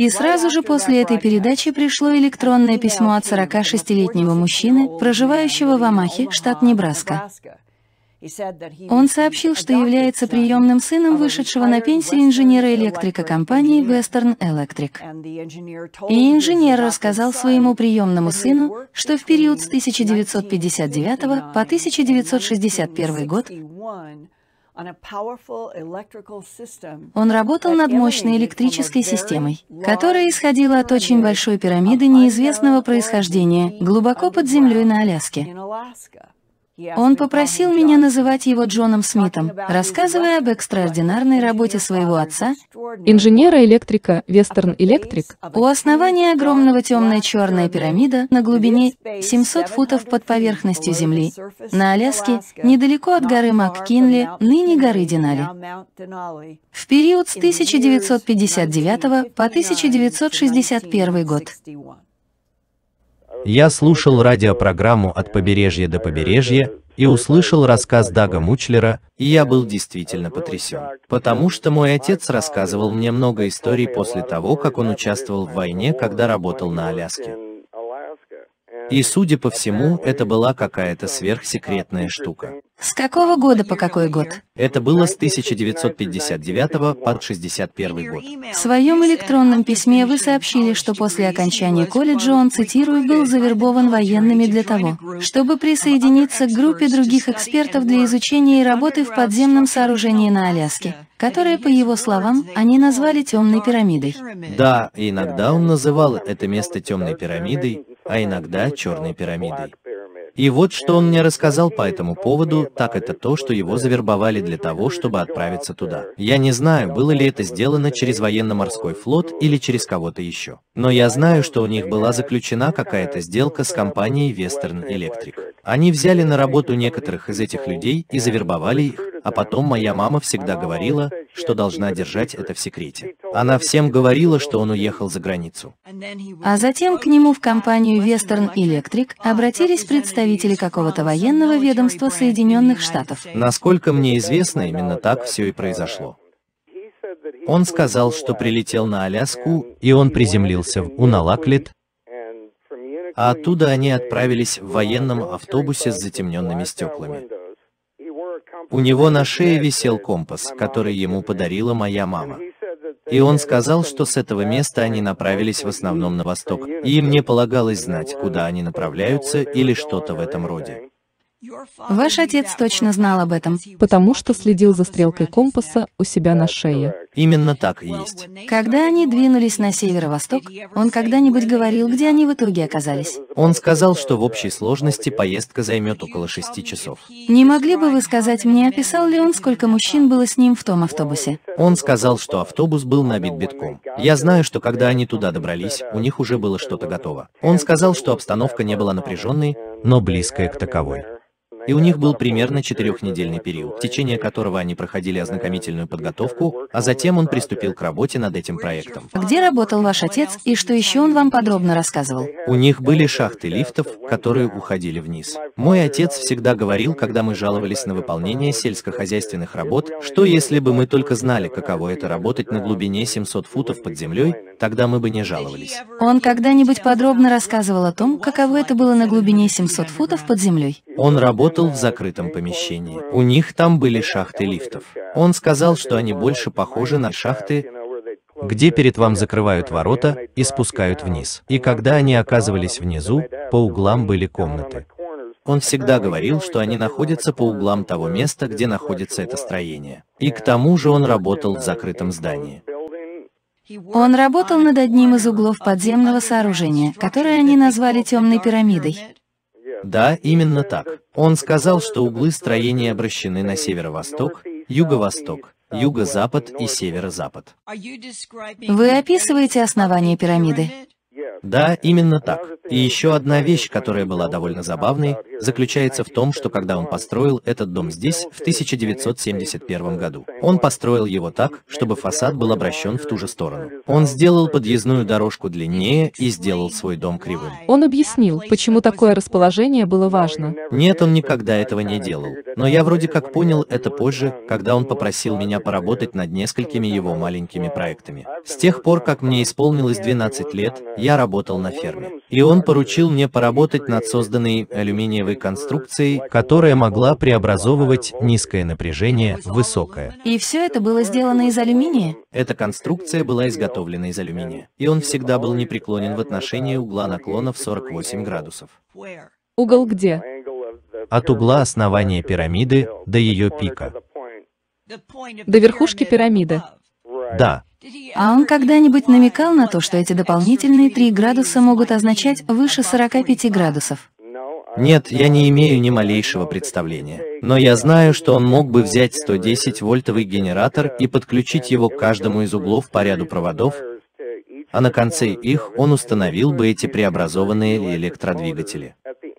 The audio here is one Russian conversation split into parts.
И сразу же после этой передачи пришло электронное письмо от 46-летнего мужчины, проживающего в Омахе, штат Небраска. Он сообщил, что является приемным сыном вышедшего на пенсию инженера-электрика компании Western Electric. И инженер рассказал своему приемному сыну, что в период с 1959 по 1961 год он работал над мощной электрической системой, которая исходила от очень большой пирамиды неизвестного происхождения, глубоко под землей на Аляске. Он попросил меня называть его Джоном Смитом, рассказывая об экстраординарной работе своего отца, инженера-электрика Western Electric. У основания огромного темная черная пирамида на глубине 700 футов под поверхностью Земли, на Аляске, недалеко от горы МакКинли, ныне горы Денали. В период с 1959 по 1961 год. Я слушал радиопрограмму «От побережья до побережья» и услышал рассказ Дага Мучлера, и я был действительно потрясен. Потому что мой отец рассказывал мне много историй после того, как он участвовал в войне, когда работал на Аляске. И, судя по всему, это была какая-то сверхсекретная штука. С какого года по какой год? Это было с 1959 по 1961 год. В своем электронном письме вы сообщили, что после окончания колледжа он, цитирую, был завербован военными для того, чтобы присоединиться к группе других экспертов для изучения и работы в подземном сооружении на Аляске, которое, по его словам, они назвали темной пирамидой. Да, и иногда он называл это место темной пирамидой, а иногда черной пирамидой. И вот что он мне рассказал по этому поводу, так это то, что его завербовали для того, чтобы отправиться туда. Я не знаю, было ли это сделано через военно-морской флот или через кого-то еще. Но я знаю, что у них была заключена какая-то сделка с компанией Western Electric. Они взяли на работу некоторых из этих людей и завербовали их, а потом моя мама всегда говорила, что должна держать это в секрете. Она всем говорила, что он уехал за границу. А затем к нему в компанию Western Electric обратились представители какого-то военного ведомства Соединенных Штатов. Насколько мне известно, именно так все и произошло. Он сказал, что прилетел на Аляску, и он приземлился в Уналаклет, а оттуда они отправились в военном автобусе с затемненными стеклами. У него на шее висел компас, который ему подарила моя мама. И он сказал, что с этого места они направились в основном на восток, и им не полагалось знать, куда они направляются или что-то в этом роде. Ваш отец точно знал об этом. Потому что следил за стрелкой компаса у себя на шее. Именно так и есть. Когда они двинулись на северо-восток, он когда-нибудь говорил, где они в итоге оказались? Он сказал, что в общей сложности поездка займет около 6 часов. Не могли бы вы сказать мне, описал ли он, сколько мужчин было с ним в том автобусе? Он сказал, что автобус был набит битком. Я знаю, что когда они туда добрались, у них уже было что-то готово. Он сказал, что обстановка не была напряженной, но близкая к таковой. И у них был примерно 4-недельный период, в течение которого они проходили ознакомительную подготовку, а затем он приступил к работе над этим проектом. Где работал ваш отец и что еще он вам подробно рассказывал? У них были шахты лифтов, которые уходили вниз. Мой отец всегда говорил, когда мы жаловались на выполнение сельскохозяйственных работ, что если бы мы только знали, каково это работать на глубине 700 футов под землей, тогда мы бы не жаловались. Он когда-нибудь подробно рассказывал о том, каково это было на глубине 700 футов под землей? Он работал в закрытом помещении. У них там были шахты лифтов. Он сказал, что они больше похожи на шахты, где перед вами закрывают ворота и спускают вниз. И когда они оказывались внизу, по углам были комнаты. Он всегда говорил, что они находятся по углам того места, где находится это строение. И к тому же он работал в закрытом здании. Он работал над одним из углов подземного сооружения, которое они назвали темной пирамидой. Да, именно так. Он сказал, что углы строения обращены на северо-восток, юго-восток, юго-запад и северо-запад. Вы описываете основание пирамиды? Да, именно так. И еще одна вещь, которая была довольно забавной, заключается в том, что когда он построил этот дом здесь, в 1971 году, он построил его так, чтобы фасад был обращен в ту же сторону. Он сделал подъездную дорожку длиннее и сделал свой дом кривым. Он объяснил, почему такое расположение было важно. Нет, он никогда этого не делал. Но я вроде как понял это позже, когда он попросил меня поработать над несколькими его маленькими проектами. С тех пор, как мне исполнилось 12 лет, я работал на ферме. И он поручил мне поработать над созданной алюминиевой конструкцией, которая могла преобразовывать низкое напряжение в высокое. И все это было сделано из алюминия? Эта конструкция была изготовлена из алюминия. И он всегда был непреклонен в отношении угла наклона в 48 градусов. Угол где? От угла основания пирамиды до ее пика. До верхушки пирамиды. Да. А он когда-нибудь намекал на то, что эти дополнительные 3 градуса могут означать выше 45 градусов? Нет, я не имею ни малейшего представления. Но я знаю, что он мог бы взять 110-вольтовый генератор и подключить его к каждому из углов по ряду проводов, а на конце их он установил бы эти преобразованные электродвигатели.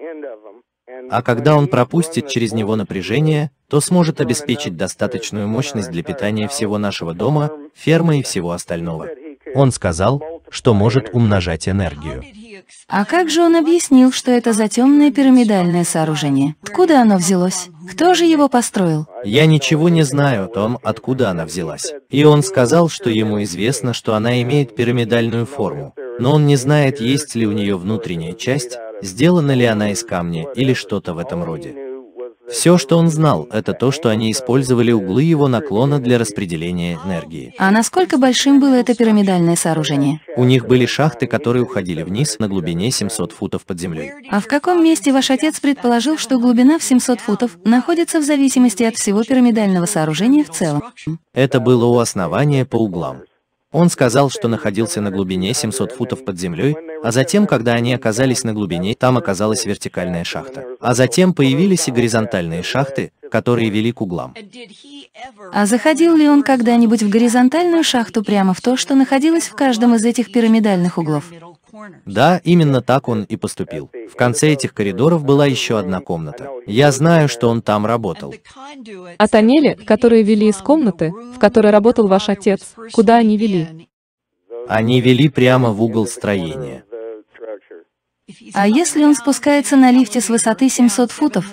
А когда он пропустит через него напряжение, то сможет обеспечить достаточную мощность для питания всего нашего дома, фермы и всего остального. Он сказал, что может умножать энергию. А как же он объяснил, что это за темное пирамидальное сооружение? Откуда оно взялось? Кто же его построил? Я ничего не знаю о том, откуда она взялась. И он сказал, что ему известно, что она имеет пирамидальную форму, но он не знает, есть ли у нее внутренняя часть, сделана ли она из камня или что-то в этом роде. Все, что он знал, это то, что они использовали углы его наклона для распределения энергии. А насколько большим было это пирамидальное сооружение? У них были шахты, которые уходили вниз на глубине 700 футов под землей. А в каком месте ваш отец предположил, что глубина в 700 футов находится в зависимости от всего пирамидального сооружения в целом? Это было у основания по углам. Он сказал, что находился на глубине 700 футов под землей, а затем, когда они оказались на глубине, там оказалась вертикальная шахта. А затем появились и горизонтальные шахты, которые вели к углам. А заходил ли он когда-нибудь в горизонтальную шахту прямо в то, что находилось в каждом из этих пирамидальных углов? Да, именно так он и поступил. В конце этих коридоров была еще одна комната. Я знаю, что он там работал. А тоннели, которые вели из комнаты, в которой работал ваш отец, куда они вели? Они вели прямо в угол строения. А если он спускается на лифте с высоты 700 футов?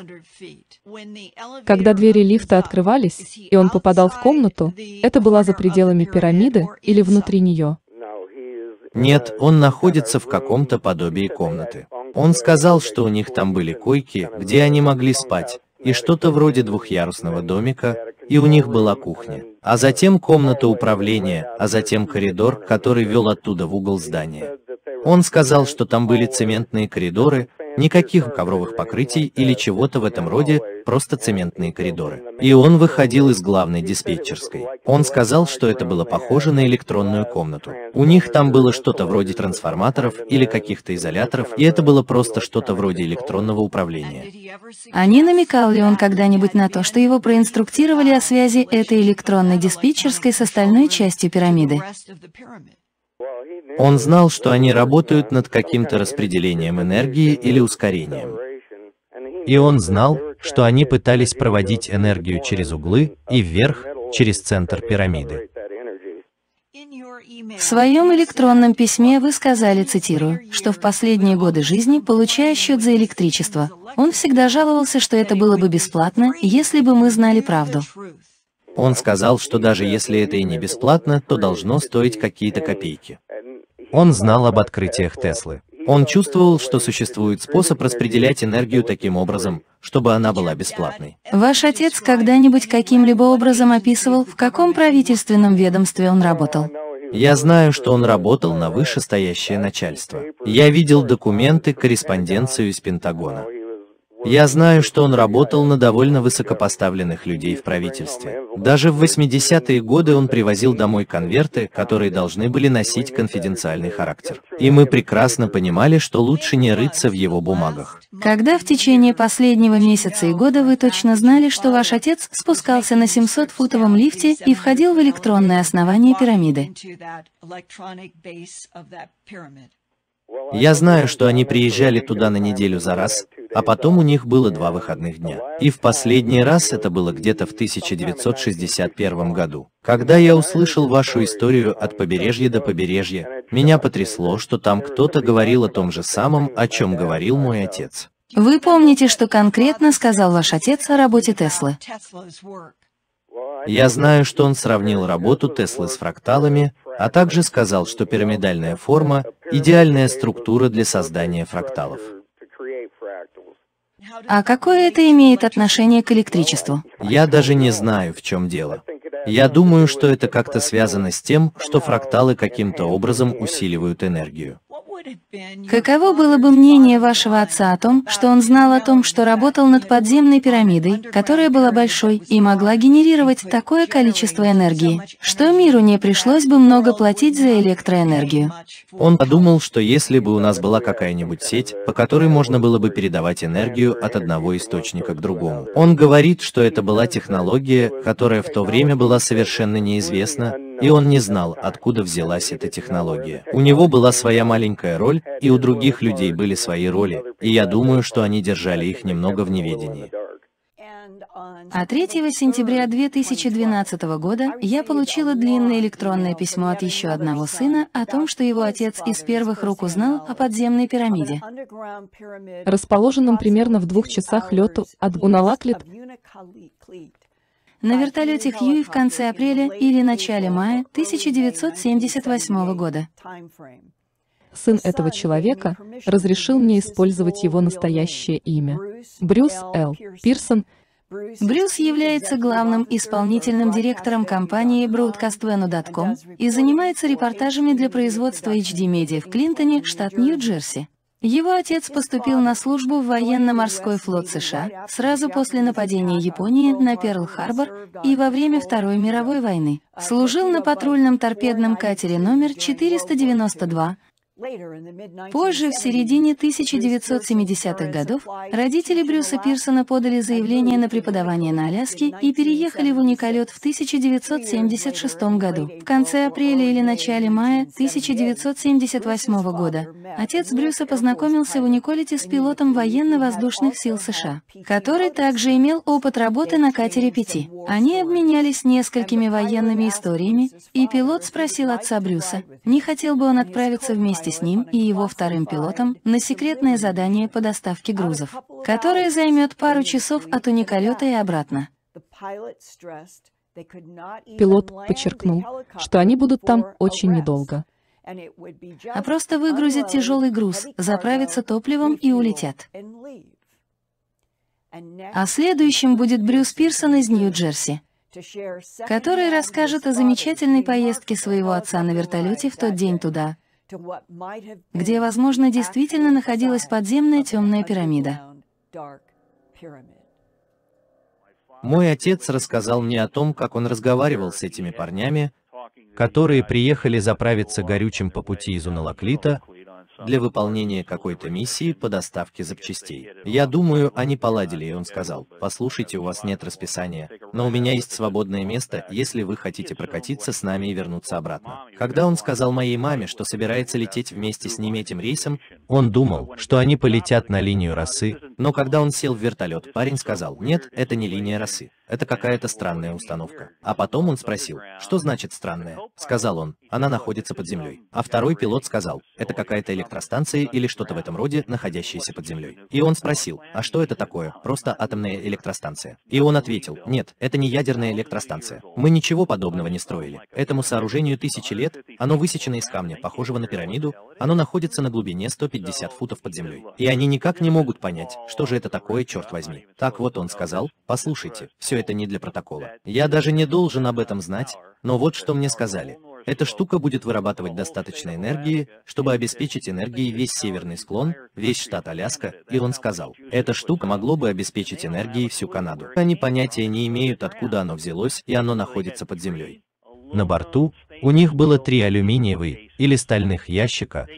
Когда двери лифта открывались, и он попадал в комнату, это была за пределами пирамиды или внутри нее? Нет, он находится в каком-то подобии комнаты. Он сказал, что у них там были койки, где они могли спать, и что-то вроде двухъярусного домика, и у них была кухня. А затем комната управления, а затем коридор, который вел оттуда в угол здания. Он сказал, что там были цементные коридоры, никаких ковровых покрытий или чего-то в этом роде, просто цементные коридоры. И он выходил из главной диспетчерской. Он сказал, что это было похоже на электронную комнату. У них там было что-то вроде трансформаторов или каких-то изоляторов, и это было просто что-то вроде электронного управления. А не намекал ли он когда-нибудь на то, что его проинструктировали о связи этой электронной диспетчерской с остальной частью пирамиды? Он знал, что они работают над каким-то распределением энергии или ускорением. И он знал, что они пытались проводить энергию через углы и вверх, через центр пирамиды. В своем электронном письме вы сказали, цитирую, что в последние годы жизни, получая счет за электричество, он всегда жаловался, что это было бы бесплатно, если бы мы знали правду. Он сказал, что даже если это и не бесплатно, то должно стоить какие-то копейки. Он знал об открытиях Теслы. Он чувствовал, что существует способ распределять энергию таким образом, чтобы она была бесплатной. Ваш отец когда-нибудь каким-либо образом описывал, в каком правительственном ведомстве он работал? Я знаю, что он работал на вышестоящее начальство. Я видел документы, корреспонденцию из Пентагона. Я знаю, что он работал на довольно высокопоставленных людей в правительстве. Даже в 80-е годы он привозил домой конверты, которые должны были носить конфиденциальный характер. И мы прекрасно понимали, что лучше не рыться в его бумагах. Когда в течение последнего месяца и года вы точно знали, что ваш отец спускался на 700-футовом лифте и входил в электронное основание пирамиды? Я знаю, что они приезжали туда на неделю за раз, а потом у них было 2 выходных дня. И в последний раз это было где-то в 1961 году. Когда я услышал вашу историю от побережья до побережья, меня потрясло, что там кто-то говорил о том же самом, о чем говорил мой отец. Вы помните, что конкретно сказал ваш отец о работе Теслы? Я знаю, что он сравнил работу Теслы с фракталами, а также сказал, что пирамидальная форма – идеальная структура для создания фракталов. А какое это имеет отношение к электричеству? Я даже не знаю, в чем дело. Я думаю, что это как-то связано с тем, что фракталы каким-то образом усиливают энергию. Каково было бы мнение вашего отца о том, что он знал о том, что работал над подземной пирамидой, которая была большой и могла генерировать такое количество энергии, что миру не пришлось бы много платить за электроэнергию? Он подумал, что если бы у нас была какая-нибудь сеть, по которой можно было бы передавать энергию от одного источника к другому. Он говорит, что это была технология, которая в то время была совершенно неизвестна, и он не знал, откуда взялась эта технология. У него была своя маленькая роль, и у других людей были свои роли, и я думаю, что они держали их немного в неведении. А 3 сентября 2012 года я получила длинное электронное письмо от еще одного сына о том, что его отец из первых рук узнал о подземной пирамиде, расположенном примерно в 2 часах лету от Гуналаклит. На вертолете Хьюи в конце апреля или начале мая 1978 года. Сын этого человека разрешил мне использовать его настоящее имя. Брюс Л. Пирсон. Брюс является главным исполнительным директором компании BroadcastVenue.com и занимается репортажами для производства HD Media в Клинтоне, штат Нью-Джерси. Его отец поступил на службу в военно-морской флот США сразу после нападения Японии на Перл-Харбор и во время Второй мировой войны. Служил на патрульном торпедном катере номер 492. Позже, в середине 1970-х годов, родители Брюса Пирсона подали заявление на преподавание на Аляске и переехали в Уникалет в 1976 году. В конце апреля или начале мая 1978 года отец Брюса познакомился в Униколете с пилотом военно-воздушных сил США, который также имел опыт работы на катере 5. Они обменялись несколькими военными историями, и пилот спросил отца Брюса, не хотел бы он отправиться вместе с ним и его вторым пилотом на секретное задание по доставке грузов, которое займет пару часов от Уникалета и обратно. Пилот подчеркнул, что они будут там очень недолго. А просто выгрузят тяжелый груз, заправятся топливом и улетят. А следующим будет Брюс Пирсон из Нью-Джерси, который расскажет о замечательной поездке своего отца на вертолете в тот день туда, где, возможно, действительно находилась подземная темная пирамида. Мой отец рассказал мне о том, как он разговаривал с этими парнями, которые приехали заправиться горючим по пути из Уналаклита для выполнения какой-то миссии по доставке запчастей. Я думаю, они поладили, и он сказал, послушайте, у вас нет расписания, но у меня есть свободное место, если вы хотите прокатиться с нами и вернуться обратно. Когда он сказал моей маме, что собирается лететь вместе с ними этим рейсом, он думал, что они полетят на линию Россы, но когда он сел в вертолет, парень сказал, нет, это не линия Россы. Это какая-то странная установка. А потом он спросил, что значит странная? Сказал он, она находится под землей. А второй пилот сказал, это какая-то электростанция или что-то в этом роде, находящаяся под землей. И он спросил, а что это такое? Просто атомная электростанция. И он ответил, нет, это не ядерная электростанция. Мы ничего подобного не строили. Этому сооружению 1000 лет, оно высечено из камня, похожего на пирамиду, оно находится на глубине 150 футов под землей. И они никак не могут понять, что же это такое, черт возьми. Так вот он сказал, послушайте, все это не для протокола. Я даже не должен об этом знать, но вот что мне сказали. Эта штука будет вырабатывать достаточно энергии, чтобы обеспечить энергией весь северный склон, весь штат Аляска, и он сказал, эта штука могло бы обеспечить энергией всю Канаду. Они понятия не имеют, откуда оно взялось, и оно находится под землей. На борту у них было 3 алюминиевых или стальных ящика,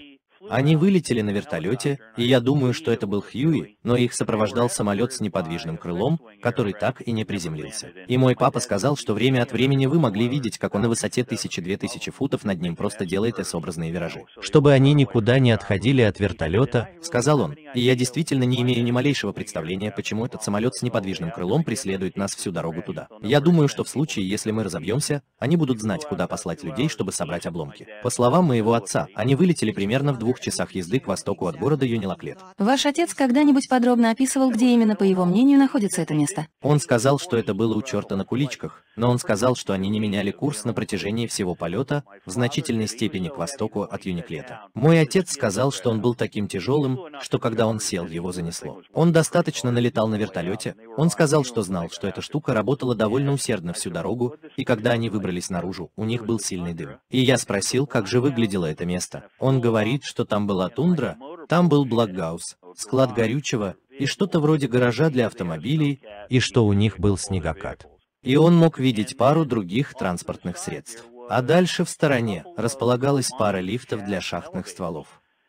Они вылетели на вертолете, и я думаю, что это был Хьюи, но их сопровождал самолет с неподвижным крылом, который так и не приземлился. И мой папа сказал, что время от времени вы могли видеть, как он на высоте 1000-2000 футов над ним просто делает S-образные виражи. Чтобы они никуда не отходили от вертолета, Сказал он, и я действительно не имею ни малейшего представления, почему этот самолет с неподвижным крылом преследует нас всю дорогу туда. Я думаю, что в случае, если мы разобьемся, они будут знать, куда послать людей, чтобы собрать обломки. По словам моего отца, они вылетели примерно в 2 часах езды к востоку от города Юнилаклет. Ваш отец когда-нибудь подробно описывал, где именно, по его мнению, находится это место? Он сказал, что это было у черта на куличках, но он сказал, что они не меняли курс на протяжении всего полета, в значительной степени к востоку от Юниклета. Мой отец сказал, что он был таким тяжелым, что когда он сел, его занесло. Он достаточно налетал на вертолете, он сказал, что знал, что эта штука работала довольно усердно всю дорогу, и когда они выбрались наружу, у них был сильный дым. И я спросил, как же выглядело это место. Он говорит, что там была тундра, там был Блокгаус, склад горючего и что-то вроде гаража для автомобилей, и что у них был снегокат. и он мог видеть пару других транспортных средств. А дальше в стороне располагалась пара лифтов для шахтных стволов.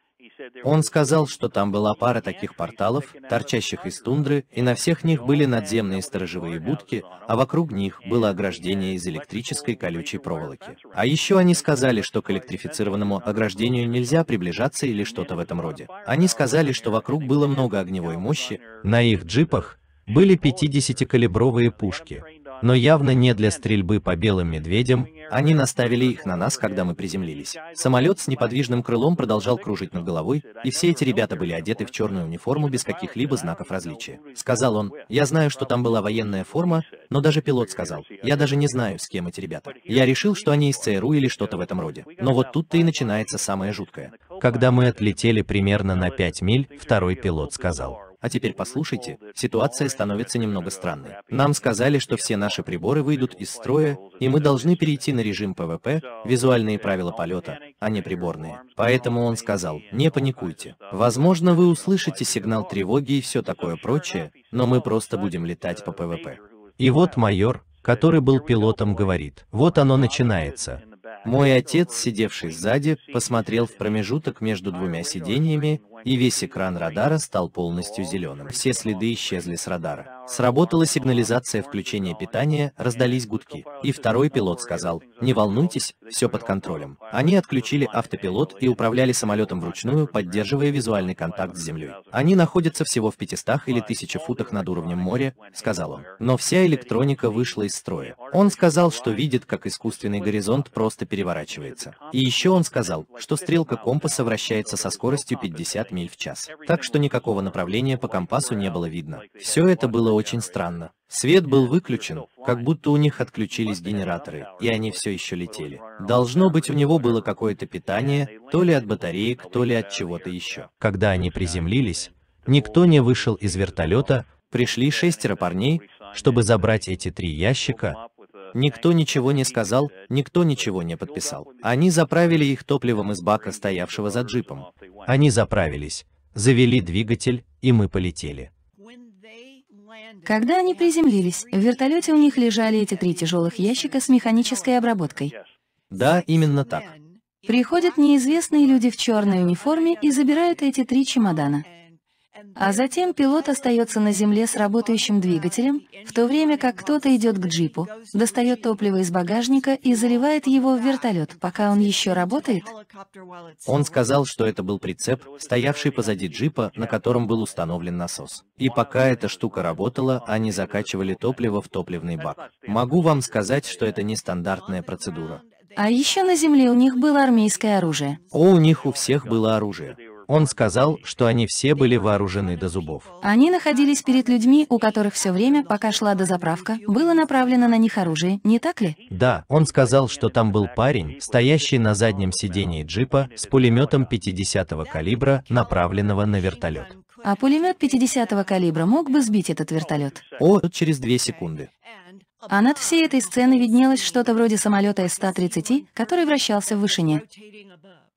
Он сказал, что там была пара таких порталов, торчащих из тундры, и на всех них были надземные сторожевые будки, а вокруг них было ограждение из электрической колючей проволоки. А еще они сказали, что к электрифицированному ограждению нельзя приближаться или что-то в этом роде. Они сказали, что вокруг было много огневой мощи. На их джипах были 50-калибровые пушки, но явно не для стрельбы по белым медведям. Они наставили их на нас, когда мы приземлились. Самолет с неподвижным крылом продолжал кружить над головой, и все эти ребята были одеты в черную униформу без каких-либо знаков различия. Сказал он, я знаю, что там была военная форма, но даже пилот сказал, я даже не знаю, с кем эти ребята. Я решил, что они из ЦРУ или что-то в этом роде. Но вот тут-то и начинается самое жуткое. Когда мы отлетели примерно на 5 миль, второй пилот сказал: А теперь послушайте, ситуация становится немного странной. Нам сказали, что все наши приборы выйдут из строя, и мы должны перейти на режим ПВП, визуальные правила полета, а не приборные. Поэтому он сказал, не паникуйте. Возможно, вы услышите сигнал тревоги и все такое прочее, но мы просто будем летать по ПВП. И вот майор, который был пилотом, говорит: вот оно начинается. Мой отец, сидевший сзади, посмотрел в промежуток между двумя сиденьями, и весь экран радара стал полностью зеленым. Все следы исчезли с радара. Сработала сигнализация включения питания, раздались гудки. И второй пилот сказал, не волнуйтесь, все под контролем. Они отключили автопилот и управляли самолетом вручную, поддерживая визуальный контакт с землей. Они находятся всего в 500 или 1000 футах над уровнем моря, сказал он. Но вся электроника вышла из строя. Он сказал, что видит, как искусственный горизонт просто переворачивается. И еще он сказал, что стрелка компаса вращается со скоростью 50 миль в час. Так что никакого направления по компасу не было видно. Все это было очень странно. Свет был выключен, как будто у них отключились генераторы, и они все еще летели. Должно быть, у него было какое-то питание, то ли от батареек, то ли от чего-то еще. Когда они приземлились, никто не вышел из вертолета. Пришли 6 парней, чтобы забрать эти 3 ящика. Никто ничего не сказал, никто ничего не подписал. Они заправили их топливом из бака, стоявшего за джипом. Они заправились, завели двигатель, и мы полетели. Когда они приземлились, в вертолете у них лежали эти 3 тяжелых ящика с механической обработкой. Да, именно так. Приходят неизвестные люди в черной униформе и забирают эти 3 чемодана. А затем пилот остается на земле с работающим двигателем, в то время как кто-то идет к джипу, достает топливо из багажника и заливает его в вертолет, пока он еще работает. Он сказал, что это был прицеп, стоявший позади джипа, на котором был установлен насос. И пока эта штука работала, они закачивали топливо в топливный бак. Могу вам сказать, что это нестандартная процедура. А еще на земле у них было армейское оружие. У них у всех было оружие. Он сказал, что они все были вооружены до зубов. Они находились перед людьми, у которых все время, пока шла дозаправка, было направлено на них оружие, не так ли? Да, он сказал, что там был парень, стоящий на заднем сидении джипа с пулеметом 50-го калибра, направленного на вертолет. А пулемет 50-го калибра мог бы сбить этот вертолет? Через 2 секунды. А над всей этой сценой виднелось что-то вроде самолета С-130, который вращался в вышине.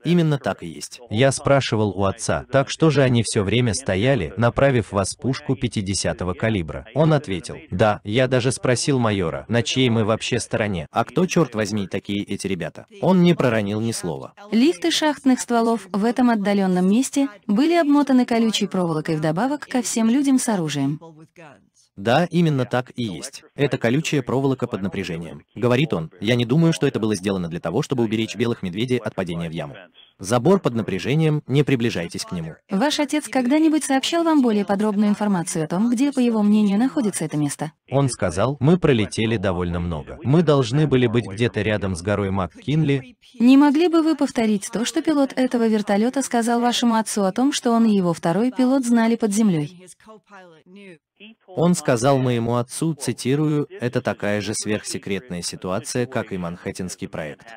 Именно так и есть. Я спрашивал у отца, так что же они все время стояли, направив в вас пушку 50-го калибра? Он ответил, да, я даже спросил майора, на чьей мы вообще стороне. А кто, черт возьми, такие эти ребята? Он не проронил ни слова. Лифты шахтных стволов в этом отдаленном месте были обмотаны колючей проволокой вдобавок ко всем людям с оружием. Да, именно так и есть. Это колючая проволока под напряжением. Говорит он, я не думаю, что это было сделано для того, чтобы уберечь белых медведей от падения в яму. Забор под напряжением, не приближайтесь к нему. Ваш отец когда-нибудь сообщал вам более подробную информацию о том, где, по его мнению, находится это место? Он сказал, мы пролетели довольно много. Мы должны были быть где-то рядом с горой МакКинли. Не могли бы вы повторить то, что пилот этого вертолета сказал вашему отцу о том, что он и его второй пилот знали под землей? Он сказал моему отцу, цитирую, это такая же сверхсекретная ситуация, как и Манхэттенский проект.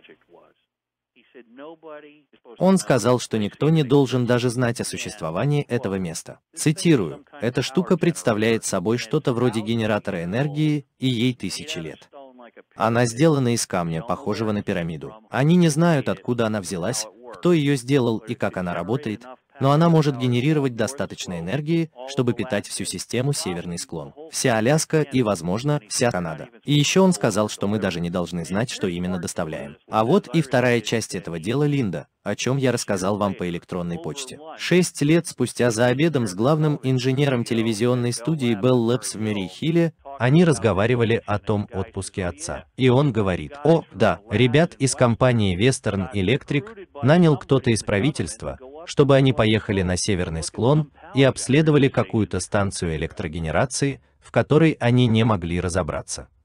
Он сказал, что никто не должен даже знать о существовании этого места. Цитирую, «Эта штука представляет собой что-то вроде генератора энергии, и ей 1000 лет. Она сделана из камня, похожего на пирамиду. Они не знают, откуда она взялась, кто ее сделал и как она работает, но она может генерировать достаточно энергии, чтобы питать всю систему северный склон, вся Аляска и, возможно, вся Канада. И еще он сказал, что мы даже не должны знать, что именно доставляем. А вот и вторая часть этого дела, Линда, о чем я рассказал вам по электронной почте. 6 лет спустя за обедом с главным инженером телевизионной студии Bell Labs в Мюррей-Хилле они разговаривали о том отпуске отца. И он говорит, о, да, ребят из компании Western Electric нанял кто-то из правительства, чтобы они поехали на северный склон и обследовали какую-то станцию электрогенерации, в которой они не могли разобраться.